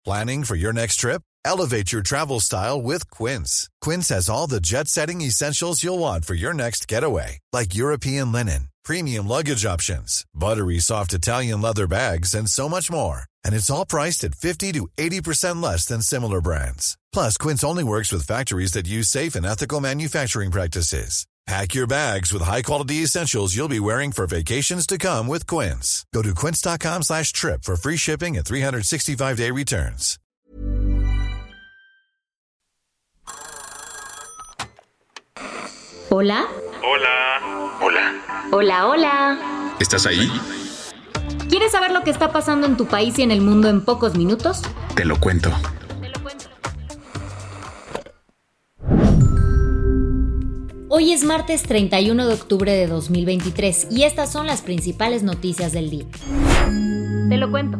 Planning for your next trip? Elevate your travel style with Quince. Quince has all the jet-setting essentials you'll want for your next getaway, like European linen, premium luggage options, buttery soft Italian leather bags, and so much more. And it's all priced at 50 to 80% less than similar brands. Plus, Quince only works with factories that use safe and ethical manufacturing practices. Pack your bags with high-quality essentials you'll be wearing for vacations to come with Quince. Go to quince.com/trip for free shipping and 365-day returns. ¿Hola? Hola. Hola. Hola, hola. ¿Estás ahí? ¿Quieres saber lo que está pasando en tu país y en el mundo en pocos minutos? Te lo cuento. Hoy es martes 31 de octubre de 2023 y estas son las principales noticias del día. Te lo cuento.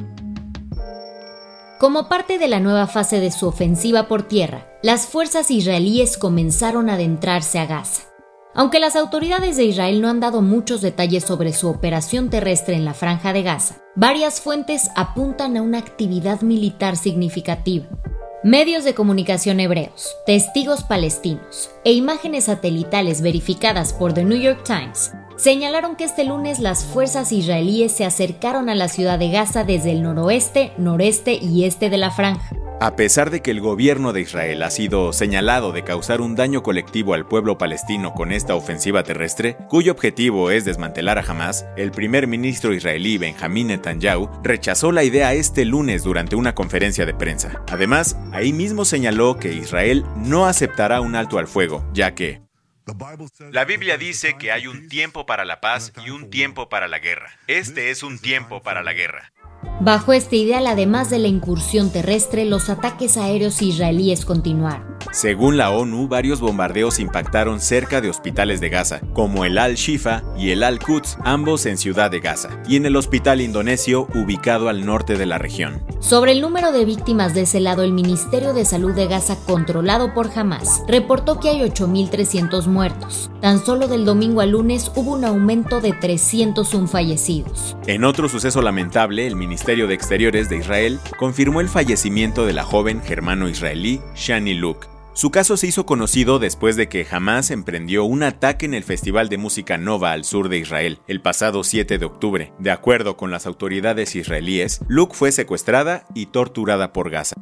Como parte de la nueva fase de su ofensiva por tierra, las fuerzas israelíes comenzaron a adentrarse a Gaza. Aunque las autoridades de Israel no han dado muchos detalles sobre su operación terrestre en la Franja de Gaza, varias fuentes apuntan a una actividad militar significativa. Medios de comunicación hebreos, testigos palestinos e imágenes satelitales verificadas por The New York Times señalaron que este lunes las fuerzas israelíes se acercaron a la ciudad de Gaza desde el noroeste, noreste y este de la franja. A pesar de que el gobierno de Israel ha sido señalado de causar un daño colectivo al pueblo palestino con esta ofensiva terrestre, cuyo objetivo es desmantelar a Hamas, el primer ministro israelí Benjamín Netanyahu rechazó la idea este lunes durante una conferencia de prensa. Además, ahí mismo señaló que Israel no aceptará un alto al fuego, ya que la Biblia dice que hay un tiempo para la paz y un tiempo para la guerra. Este es un tiempo para la guerra. Bajo este ideal, además de la incursión terrestre, los ataques aéreos israelíes continuaron. Según la ONU, varios bombardeos impactaron cerca de hospitales de Gaza, como el Al-Shifa y el Al-Quds, ambos en Ciudad de Gaza, y en el hospital indonesio ubicado al norte de la región. Sobre el número de víctimas de ese lado, el Ministerio de Salud de Gaza, controlado por Hamas, reportó que hay 8.300 muertos. Tan solo del domingo al lunes hubo un aumento de 301 fallecidos. En otro suceso lamentable, el Ministerio de Exteriores de Israel confirmó el fallecimiento de la joven germano-israelí Shani Luke. Su caso se hizo conocido después de que Hamas emprendió un ataque en el Festival de Música Nova al sur de Israel el pasado 7 de octubre. De acuerdo con las autoridades israelíes, Luke fue secuestrada y torturada por Gaza.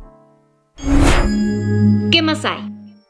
¿Qué más hay?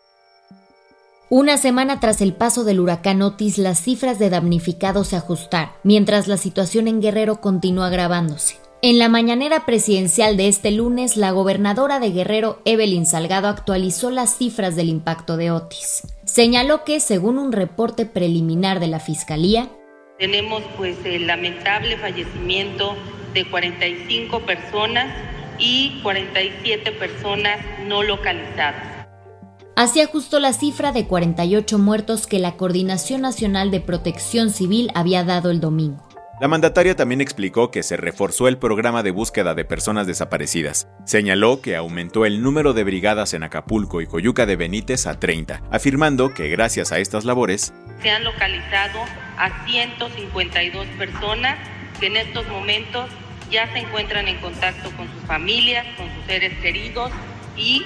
Una semana tras el paso del huracán Otis, las cifras de damnificados se ajustaron, mientras la situación en Guerrero continúa agravándose. En la mañanera presidencial de este lunes, la gobernadora de Guerrero, Evelyn Salgado, actualizó las cifras del impacto de Otis. Señaló que, según un reporte preliminar de la Fiscalía, tenemos el lamentable fallecimiento de 45 personas y 47 personas no localizadas. Así ajustó la cifra de 48 muertos que la Coordinación Nacional de Protección Civil había dado el domingo. La mandataria también explicó que se reforzó el programa de búsqueda de personas desaparecidas. Señaló que aumentó el número de brigadas en Acapulco y Coyuca de Benítez a 30, afirmando que gracias a estas labores se han localizado a 152 personas que en estos momentos ya se encuentran en contacto con sus familias, con sus seres queridos y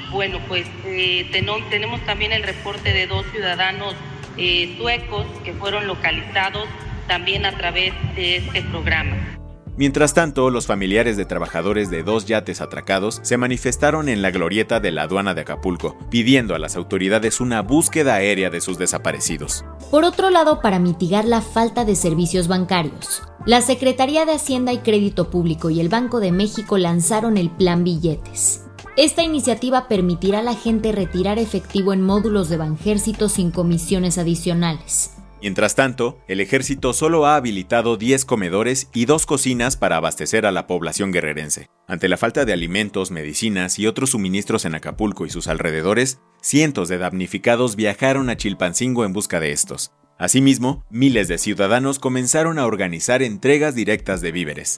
tenemos también el reporte de 2 ciudadanos suecos que fueron localizados también a través de este programa. Mientras tanto, los familiares de trabajadores de 2 yates atracados se manifestaron en la glorieta de la aduana de Acapulco, pidiendo a las autoridades una búsqueda aérea de sus desaparecidos. Por otro lado, para mitigar la falta de servicios bancarios, la Secretaría de Hacienda y Crédito Público y el Banco de México lanzaron el Plan Billetes. Esta iniciativa permitirá a la gente retirar efectivo en módulos de Banjército sin comisiones adicionales. Mientras tanto, el ejército solo ha habilitado 10 comedores y 2 cocinas para abastecer a la población guerrerense. Ante la falta de alimentos, medicinas y otros suministros en Acapulco y sus alrededores, cientos de damnificados viajaron a Chilpancingo en busca de estos. Asimismo, miles de ciudadanos comenzaron a organizar entregas directas de víveres.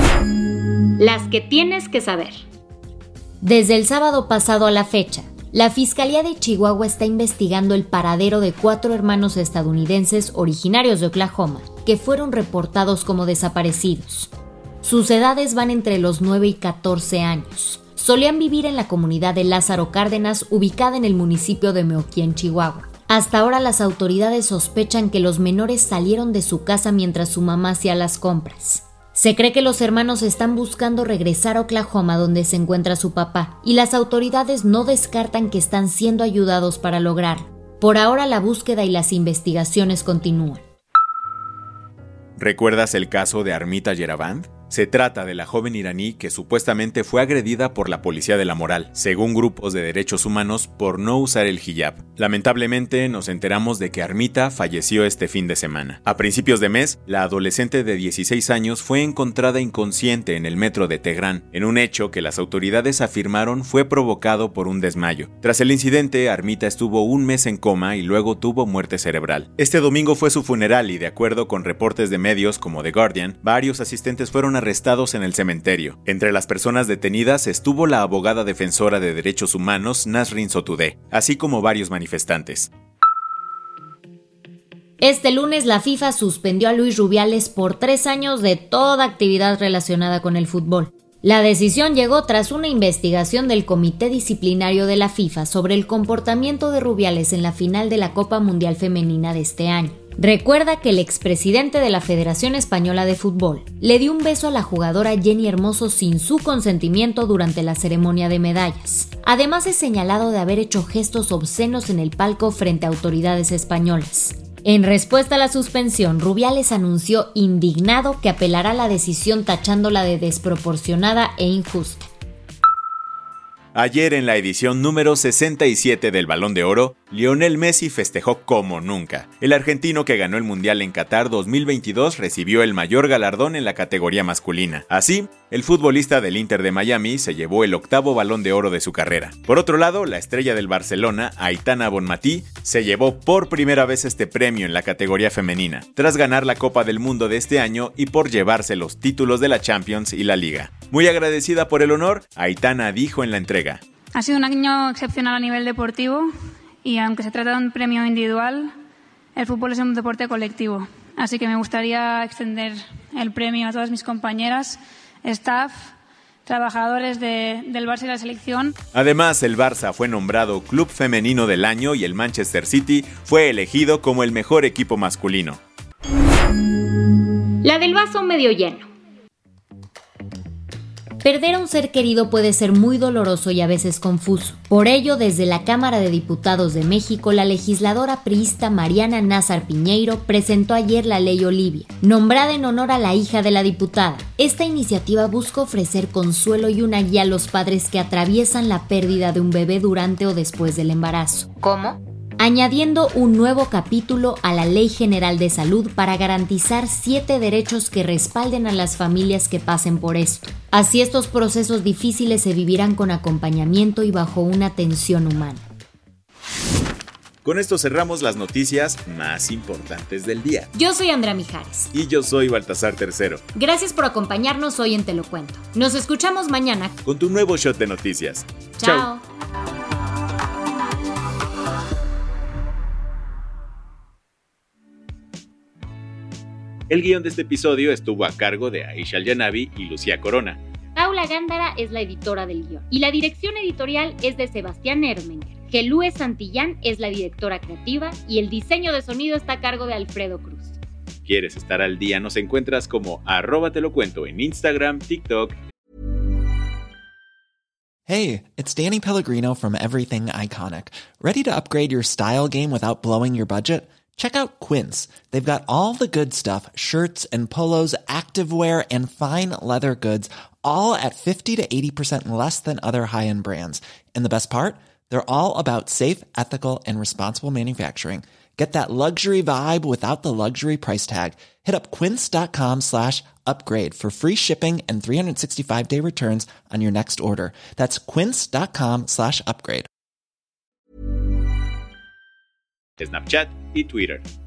Las que tienes que saber. Desde el sábado pasado a la fecha, la Fiscalía de Chihuahua está investigando el paradero de 4 hermanos estadounidenses originarios de Oklahoma que fueron reportados como desaparecidos. Sus edades van entre los 9 y 14 años. solían vivir en la comunidad de Lázaro Cárdenas, ubicada en el municipio de Meoquien, Chihuahua. Hasta ahora las autoridades sospechan que los menores salieron de su casa mientras su mamá hacía las compras. Se cree que los hermanos están buscando regresar a Oklahoma, donde se encuentra su papá, y las autoridades no descartan que están siendo ayudados para lograrlo. Por ahora la búsqueda y las investigaciones continúan. ¿Recuerdas el caso de Armita Yeravand? Se trata de la joven iraní que supuestamente fue agredida por la policía de la moral, según grupos de derechos humanos, por no usar el hijab. Lamentablemente, nos enteramos de que Armita falleció este fin de semana. A principios de mes, la adolescente de 16 años fue encontrada inconsciente en el metro de Teherán, en un hecho que las autoridades afirmaron fue provocado por un desmayo. Tras el incidente, Armita estuvo un mes en coma y luego tuvo muerte cerebral. Este domingo fue su funeral y, de acuerdo con reportes de medios como The Guardian, varios asistentes fueron arrestados en el cementerio. Entre las personas detenidas estuvo la abogada defensora de derechos humanos Nasrin Sotoudeh, así como varios manifestantes. Este lunes la FIFA suspendió a Luis Rubiales por 3 años de toda actividad relacionada con el fútbol. La decisión llegó tras una investigación del Comité Disciplinario de la FIFA sobre el comportamiento de Rubiales en la final de la Copa Mundial Femenina de este año. Recuerda que el expresidente de la Federación Española de Fútbol le dio un beso a la jugadora Jenny Hermoso sin su consentimiento durante la ceremonia de medallas. Además es señalado de haber hecho gestos obscenos en el palco frente a autoridades españolas. En respuesta a la suspensión, Rubiales anunció indignado que apelará a la decisión tachándola de desproporcionada e injusta. Ayer en la edición número 67 del Balón de Oro, Lionel Messi festejó como nunca. El argentino que ganó el Mundial en Qatar 2022 recibió el mayor galardón en la categoría masculina. Así, el futbolista del Inter de Miami se llevó el 8º Balón de Oro de su carrera. Por otro lado, la estrella del Barcelona, Aitana Bonmatí, se llevó por primera vez este premio en la categoría femenina, tras ganar la Copa del Mundo de este año y por llevarse los títulos de la Champions y la Liga. Muy agradecida por el honor, Aitana dijo en la entrega: ha sido un año excepcional a nivel deportivo y aunque se trata de un premio individual, el fútbol es un deporte colectivo. Así que me gustaría extender el premio a todas mis compañeras, staff, trabajadores del Barça y la selección. Además, el Barça fue nombrado Club Femenino del Año y el Manchester City fue elegido como el mejor equipo masculino. La del vaso medio lleno. Perder a un ser querido puede ser muy doloroso y a veces confuso. Por ello, desde la Cámara de Diputados de México, la legisladora priista Mariana Nazar Piñeiro presentó ayer la Ley Olivia, nombrada en honor a la hija de la diputada. Esta iniciativa busca ofrecer consuelo y una guía a los padres que atraviesan la pérdida de un bebé durante o después del embarazo. ¿Cómo? Añadiendo un nuevo capítulo a la Ley General de Salud para garantizar 7 derechos que respalden a las familias que pasen por esto. Así estos procesos difíciles se vivirán con acompañamiento y bajo una atención humana. Con esto cerramos las noticias más importantes del día. Yo soy Andrea Mijares. Y yo soy Baltasar Tercero. Gracias por acompañarnos hoy en Te lo Cuento. Nos escuchamos mañana con tu nuevo shot de noticias. Chao. El guión de este episodio estuvo a cargo de Aisha Al-Janabi y Lucía Corona. Paula Gándara es la editora del guión y la dirección editorial es de Sebastián Ermenger. Gelúe Santillán es la directora creativa y el diseño de sonido está a cargo de Alfredo Cruz. ¿Quieres estar al día? Nos encuentras como @telocuento en Instagram, TikTok. Hey, it's Danny Pellegrino from Everything Iconic. ¿Ready to upgrade your style game without blowing your budget? Check out Quince. They've got all the good stuff, shirts and polos, activewear, and fine leather goods, all at 50 to 80% less than other high-end brands. And the best part? They're all about safe, ethical, and responsible manufacturing. Get that luxury vibe without the luxury price tag. Hit up quince.com/upgrade for free shipping and 365-day returns on your next order. That's quince.com/upgrade. Snapchat y Twitter.